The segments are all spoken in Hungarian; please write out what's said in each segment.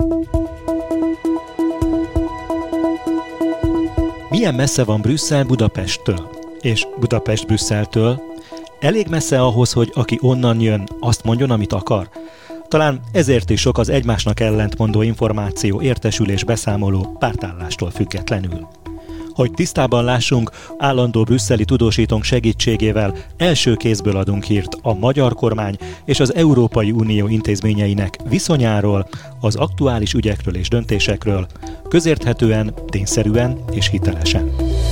Milyen messze van Brüsszel Budapesttől? És Budapest Brüsszeltől? Elég messze ahhoz, hogy aki onnan jön, azt mondjon, amit akar? Talán ezért is sok az egymásnak ellentmondó információ, értesülés, beszámoló pártállástól függetlenül. Hogy tisztában lássunk, állandó brüsszeli tudósítónk segítségével első kézből adunk hírt a magyar kormány és az Európai Unió intézményeinek viszonyáról, az aktuális ügyekről és döntésekről, közérthetően, tényszerűen és hitelesen.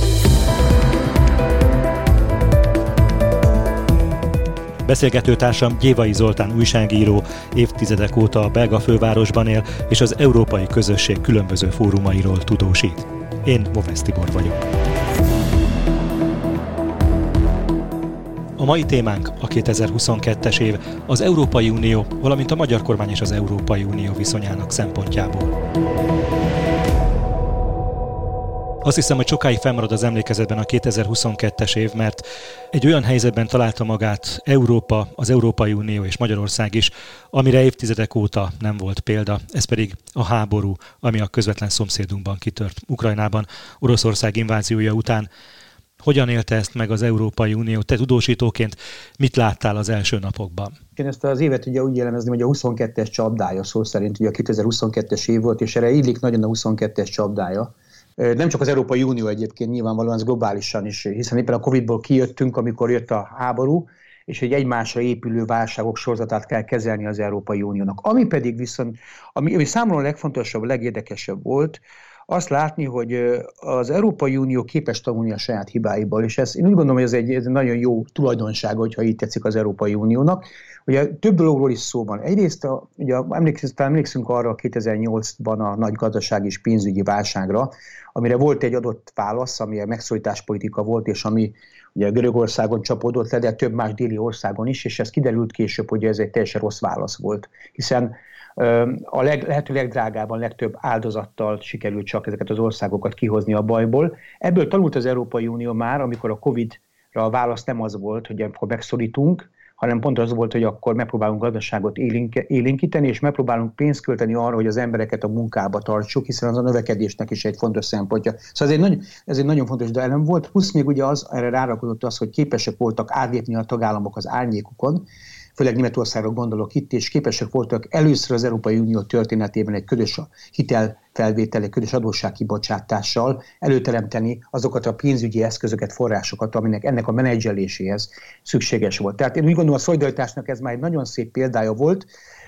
Beszélgetőtársam Gyévai Zoltán újságíró, évtizedek óta a belga fővárosban él, és az európai közösség különböző fórumairól tudósít. Én Movesz Tibor vagyok. A mai témánk a 2022-es év, az Európai Unió, valamint a magyar kormány és az Európai Unió viszonyának szempontjából. Azt hiszem, hogy sokáig fennmarad az emlékezetben a 2022-es év, mert egy olyan helyzetben találta magát Európa, az Európai Unió és Magyarország is, amire évtizedek óta nem volt példa, ez pedig a háború, ami a közvetlen szomszédunkban kitört Ukrajnában, Oroszország inváziója után. Hogyan élte ezt meg az Európai Unió? Te tudósítóként mit láttál az első napokban? Én ezt az évet ugye úgy jellemezném, hogy a 22-es csapdája szó szerint, ugye a 2022-es év volt, és erre illik nagyon a 22-es csapdája. Nem csak az Európai Unió egyébként, nyilvánvalóan ez globálisan is, hiszen éppen a Covid-ból kijöttünk, amikor jött a háború, és egy egymásra épülő válságok sorozatát kell kezelni az Európai Uniónak. Ami pedig viszont, ami számomra a legfontosabb, a legérdekesebb volt, azt látni, hogy az Európai Unió képes tanulni a saját hibáiból, és én úgy gondolom, hogy ez egy nagyon jó tulajdonsága, hogyha így tetszik az Európai Uniónak. Ugye több dologról is szó van. Egyrészt, ugye emlékszünk arra 2008-ban a nagy gazdasági és pénzügyi válságra, amire volt egy adott válasz, ami a megszorításpolitika volt, és ami ugye Görögországon csapódott le, de több más déli országon is, és ez kiderült később, hogy ez egy teljesen rossz válasz volt, hiszen a lehető legdrágábban, legtöbb áldozattal sikerült csak ezeket az országokat kihozni a bajból. Ebből tanult az Európai Unió már, amikor a Covid-ra a válasz nem az volt, hogy akkor megszorítunk, hanem pont az volt, hogy akkor megpróbálunk gazdaságot élénkíteni, és megpróbálunk pénzt költeni arra, hogy az embereket a munkába tartsuk, hiszen az a növekedésnek is egy fontos szempontja. Szóval ez egy nagyon fontos elem volt, plusz még ugye erre rárakodott az, hogy képesek voltak átlépni a tagállamok az árnyékukon, főleg Németországra gondolok itt, és képesek voltak először az Európai Unió történetében egy közös hitelfelvétel, egy közös adósságkibocsátással előteremteni azokat a pénzügyi eszközöket, forrásokat, aminek ennek a menedzseléséhez szükséges volt. Tehát én úgy gondolom, a szolidaritásnak ez már egy nagyon szép példája volt.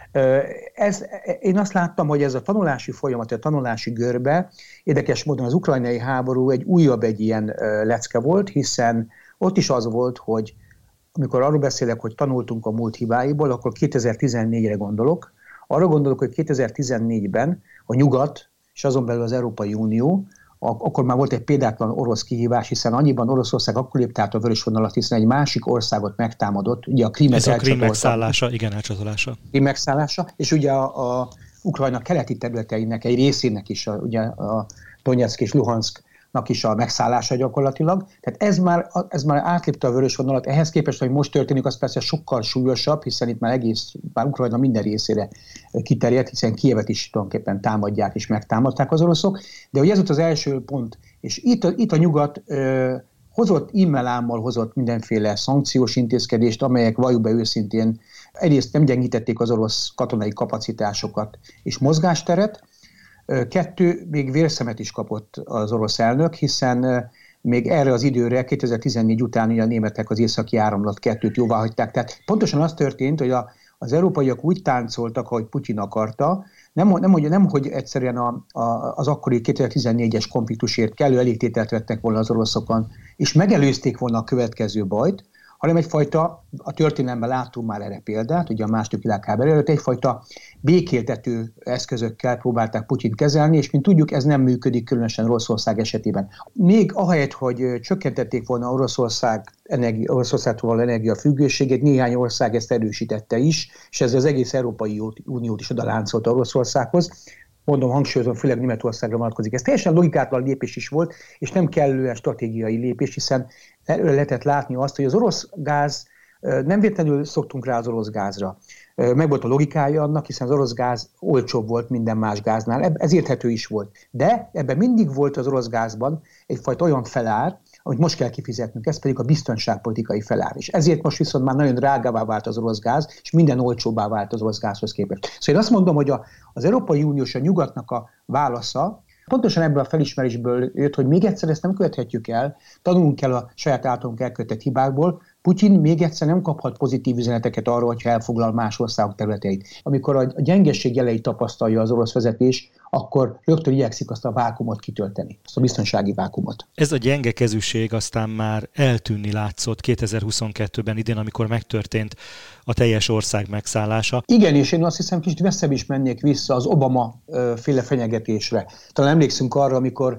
Én azt láttam, hogy ez a tanulási folyamat, a tanulási görbe, érdekes módon az ukrajnai háború egy ilyen lecke volt, hiszen ott is az volt, hogy amikor arról beszélek, hogy tanultunk a múlt hibáiból, akkor 2014-re gondolok. Arra gondolok, hogy 2014-ben a Nyugat, és azon belül az Európai Unió, akkor már volt egy példátlan orosz kihívás, hiszen annyiban Oroszország akkor lépte át a vörös vonalat, hiszen egy másik országot megtámadott, ugye a Krímet elcsatolta. Ez a Krím megszállása, igen, elcsatolása. Krím megszállása, és ugye a Ukrajna keleti területeinek egy részének is, ugye a Donetszk és Luhanszk is a megszállása gyakorlatilag. Tehát ez már átlépte a vörös vonalat. Ehhez képest, hogy most történik, az persze sokkal súlyosabb, hiszen itt már Ukrajna minden részére kiterjedt, hiszen Kijevet is tulajdonképpen támadják és megtámadták az oroszok. De ugye ez volt az első pont. És itt a Nyugat immelámmal hozott mindenféle szankciós intézkedést, amelyek valljuk be őszintén egyrészt nem gyengítették az orosz katonai kapacitásokat és mozgásteret, 2, még vérszemet is kapott az orosz elnök, hiszen még erre az időre, 2014 után a németek az északi áramlat 2-t jóváhagyták. Tehát pontosan az történt, hogy az európaiak úgy táncoltak, ahogy Putyin akarta, nem hogy egyszerűen az akkori 2014-es konfliktusért kellő elégtételt vettek volna az oroszokon, és megelőzték volna a következő bajt, hanem egyfajta, a történelemben láttunk már erre példát, ugye a második világháború előtt egyfajta békéltető eszközökkel próbálták Putyint kezelni, és mint tudjuk, ez nem működik, különösen Oroszország esetében. Még ahelyett, hogy csökkentették volna Oroszországtól való energiafüggőségét, néhány ország ezt erősítette is, és ez az egész Európai Uniót is odaláncolta Oroszországhoz. Mondom, hangsúlyozom, főleg Németországra vonatkozik. Ez teljesen logikátlan lépés is volt, és nem kellően stratégiai lépés, hiszen előre lehetett látni azt, hogy az orosz gáz Nem véletlenül szoktunk rá az orosz gázra. Meg volt a logikája annak, hiszen az orosz gáz olcsóbb volt minden más gáznál, ez érthető is volt. De ebben mindig volt az orosz gázban egyfajta olyan felár, amit most kell kifizetnünk, ez pedig a biztonságpolitikai felár. És ezért most viszont már nagyon drágává vált az orosz gáz, és minden olcsóbbá vált az orosz gázhoz képest. Szóval én azt mondom, hogy az Európai Unió és a nyugatnak a válasza pontosan ebből a felismerésből jött, hogy még egyszer ezt nem követhetjük el, tanulunk kell a saját általunk elkövetett hibákból. Putyin még egyszer nem kaphat pozitív üzeneteket arról, hogyha elfoglal más országok területeit. Amikor a gyengeség jeleit tapasztalja az orosz vezetés, akkor rögtön igyekszik azt a vákumot kitölteni, azt a biztonsági vákumot. Ez a gyenge kezűség aztán már eltűnni látszott 2022-ben idén, amikor megtörtént a teljes ország megszállása. Igen, és én azt hiszem, kicsit messzebb is mennék vissza az Obama féle fenyegetésre. Talán emlékszünk arra, amikor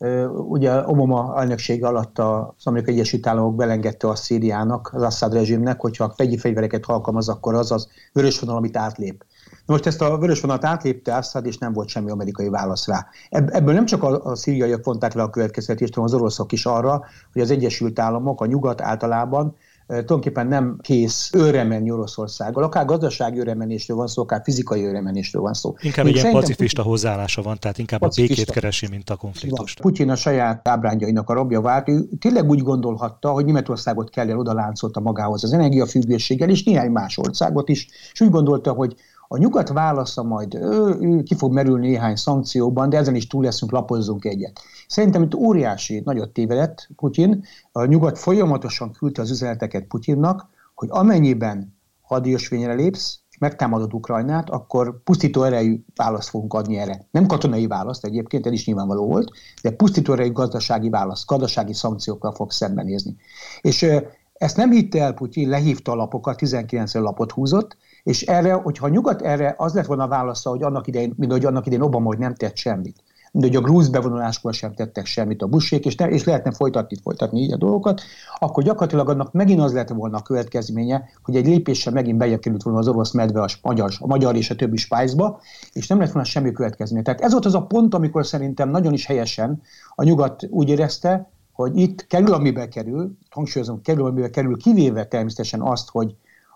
ugye Obama elnöksége alatt az Amerikai Egyesült Államok belengedte a Szíriának, az Assad rezsimnek, hogyha vegyi fegyvereket alkalmaz, akkor az vörös vonal, amit átlép. Most ezt a vörös vonalat átlépte Assad, és nem volt semmi amerikai válasz rá. Ebből nem csak a szíriaiak vonták le a következtetést, hanem az oroszok is arra, hogy az Egyesült Államok, a nyugat általában tulajdonképpen nem kész őre menni Oroszországgal. Akár gazdasági őremenésről van szó, akár fizikai őremenésről van szó. Inkább egy ilyen pacifista hozzáállása van, tehát inkább a békét keresi, mint a konfliktust. Putyin a saját ábrányainak a rabja vált. Ő tényleg úgy gondolhatta, hogy Németországot kell odaláncolta magához az energiafüggőséggel, és néhány más országot is, és úgy gondolta, hogy a nyugat válasza majd ki fog merülni néhány szankcióban, de ezen is túl leszünk, lapozzunk egyet. Szerintem itt óriási nagyot tévedett Putyin. A nyugat folyamatosan küldte az üzeneteket Putyinnak, hogy amennyiben hadiyösvényre lépsz, és megtámadod Ukrajnát, akkor pusztító erejű választ fogunk adni erre. Nem katonai választ egyébként, ez is nyilvánvaló volt, de pusztító erejű gazdasági választ, gazdasági szankciókkal fog szembenézni. És ezt nem hitte el Putyin, lehívta a lapokat, 19 lapot húzott, és erre, hogyha a nyugat erre az lett volna a válasza, hogy annak idején Obama, hogy nem tett semmit. De hogy a grúz bevonuláskor sem tettek semmit a Bussék, és lehetne folytatni így a dolgokat, akkor gyakorlatilag annak megint az lett volna a következménye, hogy egy lépéssel megint bejebb került volna az orosz medve a magyar és a többi spájzba, és nem lett volna semmi következménye. Tehát ez volt az a pont, amikor szerintem nagyon is helyesen a nyugat úgy érezte, hogy itt kerül, amibe kerül, hangsúlyozom, kerül, amibe kerül, kivéve természetesen azt, hogy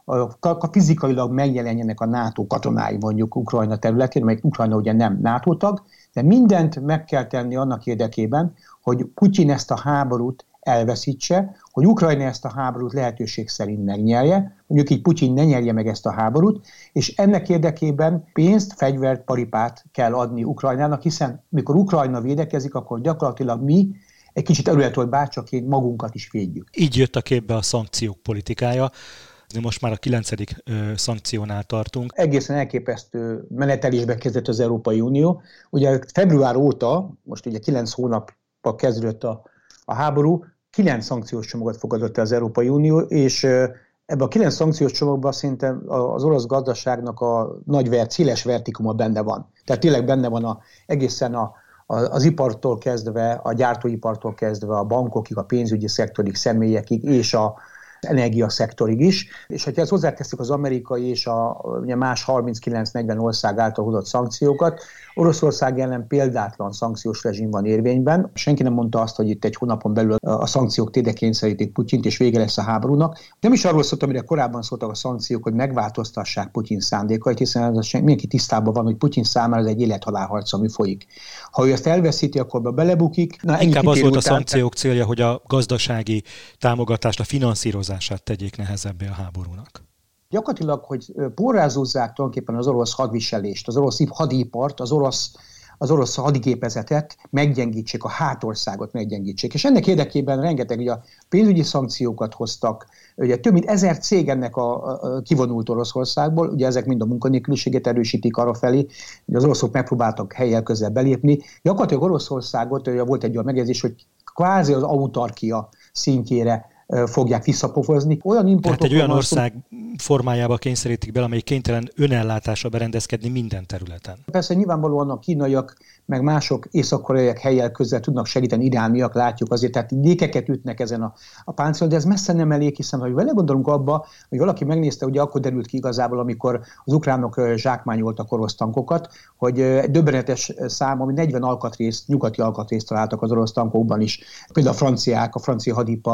fizikailag megjelenjenek a NATO katonái mondjuk Ukrajna területén, mert Ukrajna ugye nem NATO tag, de mindent meg kell tenni annak érdekében, hogy Putyin ezt a háborút elveszítse, hogy Ukrajna ezt a háborút lehetőség szerint megnyerje, mondjuk így Putyin ne nyerje meg ezt a háborút, és ennek érdekében pénzt, fegyvert, paripát kell adni Ukrajnának, hiszen mikor Ukrajna védekezik, akkor gyakorlatilag mi egy kicsit előtt, bárcsak magunkat is védjük. Így jött a képbe a szankciók politikája. Most már a 9. szankciónál tartunk. Egészen elképesztő menetelésbe kezdett az Európai Unió. Ugye február óta, most ugye 9 hónapba kezdődött a háború, 9 szankciós csomagot fogadott el az Európai Unió, és ebben a 9 szankciós csomagban szerintem az orosz gazdaságnak a széles vertikuma benne van. Tehát tényleg benne van egészen az ipartól kezdve, a gyártóipartól kezdve, a bankokig, a pénzügyi szektorig, személyekig, és a energiaszektorig is, és hogyha ezt hozzátesszük az amerikai és ugye más 39-40 ország által hozott szankciókat, Oroszország ellen példátlan szankciós rezsim van érvényben. Senki nem mondta azt, hogy itt egy hónapon belül a szankciók térdre kényszerítik Putyint, és vége lesz a háborúnak. Nem is arról szólt, amire korábban szóltak a szankciók, hogy megváltoztassák Putyin szándékait, hiszen mindenki tisztában van, hogy Putyin számára ez egy élet-halál-harc, ami folyik. Ha ő ezt elveszíti, akkor belebukik. Inkább az volt a szankciók célja, hogy a gazdasági támogatást, a finanszírozását tegyék nehezebbé a háborúnak. Gyakorlatilag, hogy porrázózzák tulajdonképpen az orosz hadviselést, az orosz hadipart, az orosz hadigépezetet, meggyengítsék, a hátországot meggyengítsék. És ennek érdekében rengeteg ugye, pénzügyi szankciókat hoztak, ugye több mint 1000 cég ennek kivonult Oroszországból, ugye ezek mind a munkanélküliséget erősítik arrafelé, hogy az oroszok megpróbáltak helyjel közel belépni. Gyakorlatilag Oroszországot, volt egy olyan megjegyzés, hogy kvázi az autarkia szintjére fogják visszapofozni. Tehát egy olyan ország formájába kényszerítik bele, amely kénytelen önellátásra berendezkedni minden területen. Persze nyilvánvalóan a kínaiak, meg mások észak-koreaiak helyjel közel tudnak segíteni, irániak, látjuk azért, tehát lékeket ütnek ezen a páncélon, de ez messze nem elég, hiszen ha vele gondolunk abba, hogy valaki megnézte, ugye akkor derült ki igazából, amikor az ukránok zsákmányoltak orosz tankokat, hogy egy döbbenetes szám, ami 40 nyugati alkatrészt találtak az orosz tankokban is. Például a francia hadipar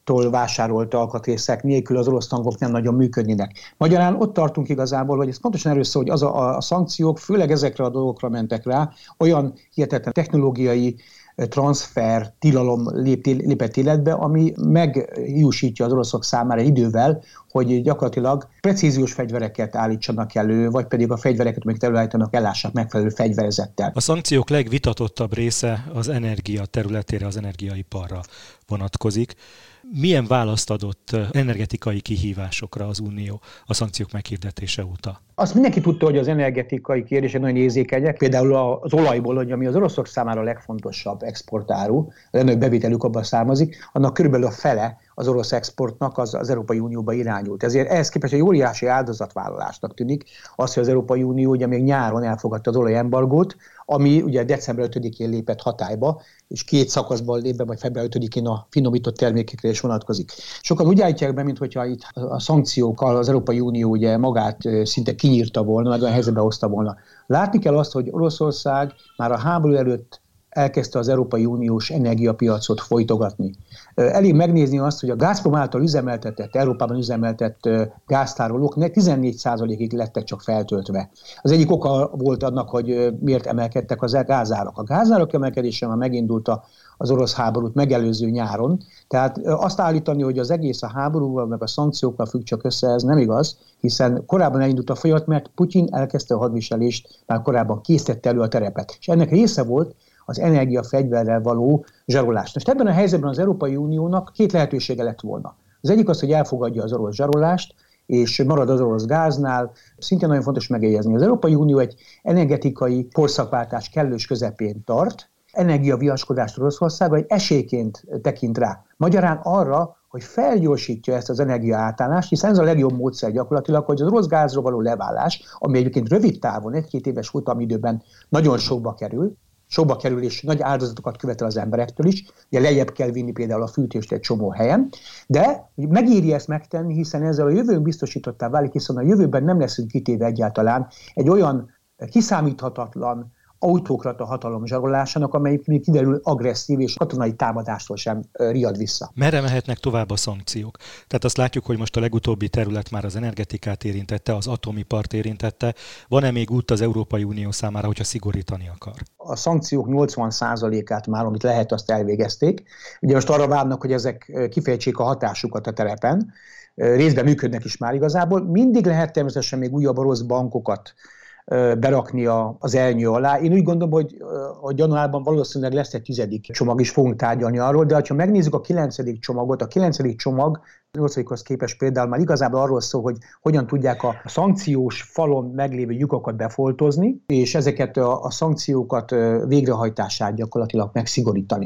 tól vásárolt alkatrészek nélkül az orosz tankok nem nagyon működnének. Magyarán ott tartunk igazából, hogy ez pontosan erről szól, hogy a szankciók főleg ezekre a dolgokra mentek rá, olyan hihetetlen technológiai transfer, tilalom lépett életbe, ami meghiúsítja az oroszok számára idővel, hogy gyakorlatilag precíziós fegyvereket állítsanak elő, vagy pedig a fegyvereket, amik előállítanak, ellássák megfelelő fegyverezettel. A szankciók legvitatottabb része az energia területére, az energiaiparra vonatkozik. Milyen választ adott energetikai kihívásokra az Unió a szankciók meghirdetése óta? Azt mindenki tudta, hogy az energetikai kérdések nagyon érzékenyek, például az olajból, ami az oroszok számára a legfontosabb exportáru, a legnagyobb bevételük abban származik, annak körülbelül a fele az orosz exportnak az Európai Unióba irányult. Ezért ehhez képest egy óriási áldozatvállalásnak tűnik az, hogy az Európai Unió ugye még nyáron elfogadta az olajembargót, ami ugye december 5-én lépett hatályba, és 2 szakaszban lép be, majd február 5-én a finomított termékekre is vonatkozik. Sokan úgy állítják be, mintha itt a szankciókkal az Európai Unió ugye magát szinte kinyírta volna, meg olyan helyzetbe hozta volna. Látni kell azt, hogy Oroszország már a háború előtt elkezdte az Európai Uniós energiapiacot folytogatni. Elég megnézni azt, hogy a Gazprom által üzemeltetett, Európában üzemeltett gáztárolók 14%-ig lettek csak feltöltve. Az egyik oka volt annak, hogy miért emelkedtek az gázárak. A gázárak emelkedése már megindult az orosz háborút megelőző nyáron, tehát azt állítani, hogy az egész a háborúval, meg a szankciókkal függ csak össze, ez nem igaz, hiszen korábban elindult a folyamat, mert Putyin elkezdte a hadviselést, már korábban készítette elő a terepet. És ennek része volt az energiafegyverrel való zsarolás. Most ebben a helyzetben az Európai Uniónak 2 lehetősége lett volna. Az egyik az, hogy elfogadja az orosz zsarolást, és marad az orosz gáznál. Szintén nagyon fontos megjegyezni, az Európai Unió egy energetikai korszakváltás kellős közepén tart, energiaviaskodást Oroszországgal egy esélyként tekint rá. Magyarán arra, hogy felgyorsítja ezt az energiaátállást, hiszen ez a legjobb módszer gyakorlatilag, hogy az orosz gázról való leválás, ami egyébként rövid távon, 1-2 éves futamidőben nagyon sokba kerül, és nagy áldozatokat követel az emberektől is, ugye lejjebb kell vinni például a fűtést egy csomó helyen, de megéri ezt megtenni, hiszen ezzel a jövőn biztosítottá válik, hiszen a jövőben nem leszünk kitéve egyáltalán egy olyan kiszámíthatatlan autókrata hatalom zsarolásának, amelyik még kiderül agresszív és katonai támadástól sem riad vissza. Merre mehetnek tovább a szankciók? Tehát azt látjuk, hogy most a legutóbbi terület már az energetikát érintette, az atomipart érintette. Van-e még út az Európai Unió számára, hogyha szigorítani akar? A szankciók 80%-át már, amit lehet, azt elvégezték. Ugye most arra várnak, hogy ezek kifejtsék a hatásukat a terepen. Részben működnek is már igazából. Mindig lehet természetesen még újabb orosz bankokat berakni az elnyő alá. Én úgy gondolom, hogy januárban valószínűleg lesz egy 10. csomag is, fogunk tárgyalni arról, de ha megnézzük a 9. csomagot, a 9. csomag 8-hoz képest például már igazából arról szól, hogy hogyan tudják a szankciós falon meglévő lyukakat befoltozni, és ezeket a szankciókat végrehajtását gyakorlatilag megszigorítani.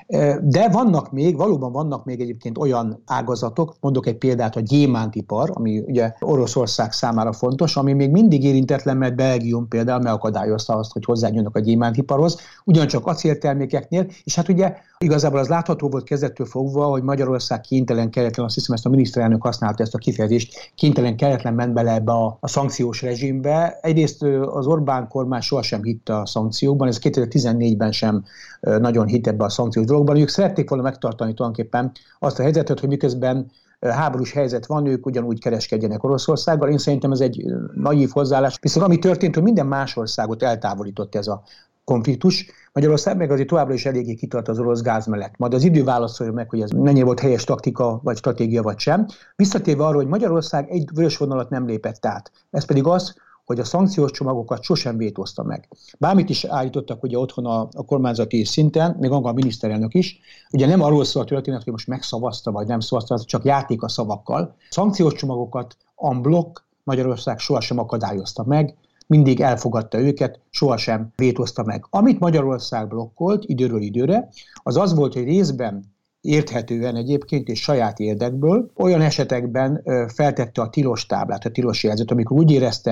De valóban vannak még egyébként olyan ágazatok, mondok egy példát, a gyémántipar, ami ugye Oroszország számára fontos, ami még mindig érintetlen, mert Belgium például megakadályozta azt, hogy hozzájönnek a gyémántiparhoz, ugyancsak acéltermékeknél, és hát ugye igazából az látható volt kezdettől fogva, hogy Magyarország kénytelen, keretlen, azt hiszem ezt a miniszterelnök használta ezt a kifejezést, kénytelen, keretlen ment bele ebbe a szankciós rezsimbe. Egyrészt az Orbán kormány sohasem hitt a szankciókban, ez 2014-ben sem nagyon hitt ebbe a szankciós dologban. Ők szerették volna megtartani tulajdonképpen azt a helyzetet, hogy miközben háborús helyzet van, ők ugyanúgy kereskedjenek Oroszországgal. Én szerintem ez egy naív hozzáállás, viszont ami történt, hogy minden más országot eltávolított ez a konfliktus. Magyarország meg azért továbbra is eléggé kitart az orosz gáz mellett. Majd az idő válaszolja meg, hogy ez mennyire volt helyes taktika, vagy stratégia, vagy sem. Visszatérve arra, hogy Magyarország egy vörös vonalat nem lépett át. Ez pedig az, hogy a szankciós csomagokat sosem vétózta meg. Bármit is állítottak ugye otthon a kormányzati szinten, még maga a miniszterelnök is, ugye nem arról szól a történet, hogy most megszavazta vagy nem szavazta, csak játék a szavakkal. Szankciós csomagokat en bloc Magyarország sohasem akadályozta meg, mindig elfogadta őket, sohasem vétózta meg. Amit Magyarország blokkolt időről időre, az volt, hogy részben érthetően egyébként és saját érdekből olyan esetekben feltette a tilos táblát, a tilos jelzőt, amikor úgy érezte,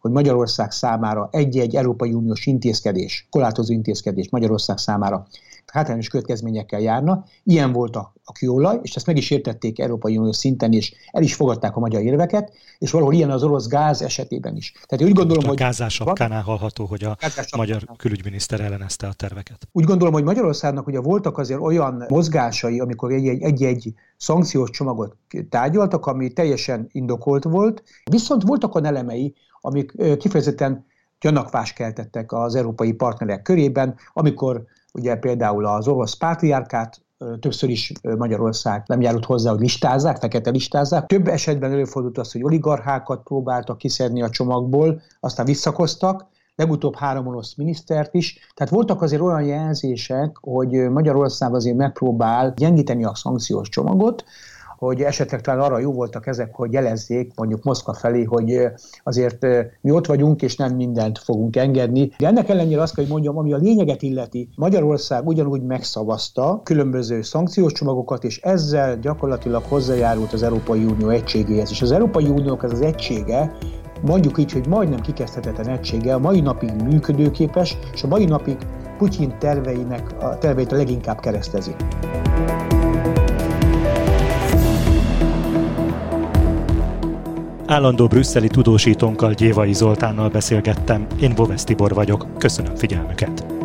hogy Magyarország számára egy-egy Európai Uniós intézkedés, korlátozó intézkedés Magyarország számára hátrányos következményekkel járna. Ilyen volt a kőolaj, és ezt meg is értették Európai Unió szinten, és el is fogadták a magyar érveket, és valahol ilyen az orosz gáz esetében is. Tehát én úgy gondolom, hogy gázásapkánál hallható, hogy a magyar külügyminiszter ellenezte a terveket. Úgy gondolom, hogy Magyarországnak ugye voltak azért olyan mozgásai, amikor egy-egy szankciós csomagot tárgyaltak, ami teljesen indokolt volt, viszont voltak olyan elemei, amik kifejezetten gyanakvást keltettek az európai partnerek körében, amikor ugye például az orosz pátriárkát többször is Magyarország nem járult hozzá, hogy listázzák, fekete listázzák. Több esetben előfordult az, hogy oligarchákat próbáltak kiszedni a csomagból, aztán visszakoztak, legutóbb 3 orosz minisztert is. Tehát voltak azért olyan jelzések, hogy Magyarország azért megpróbál gyengíteni a szankciós csomagot, hogy esetleg talán arra jó voltak ezek, hogy jelezzék mondjuk Moszkva felé, hogy azért mi ott vagyunk, és nem mindent fogunk engedni. De ennek ellenére azt kell, hogy mondjam, ami a lényeget illeti, Magyarország ugyanúgy megszavazta különböző szankciós csomagokat, és ezzel gyakorlatilag hozzájárult az Európai Unió egységéhez. És az Európai Uniók ez az egysége, mondjuk így, hogy majdnem kikezdhetetlen egysége, a mai napig működőképes, és a mai napig Putyin terveit a leginkább keresztezi. Állandó brüsszeli tudósítónkkal, Gyévai Zoltánnal beszélgettem. Én Bovesz Tibor vagyok. Köszönöm figyelmüket!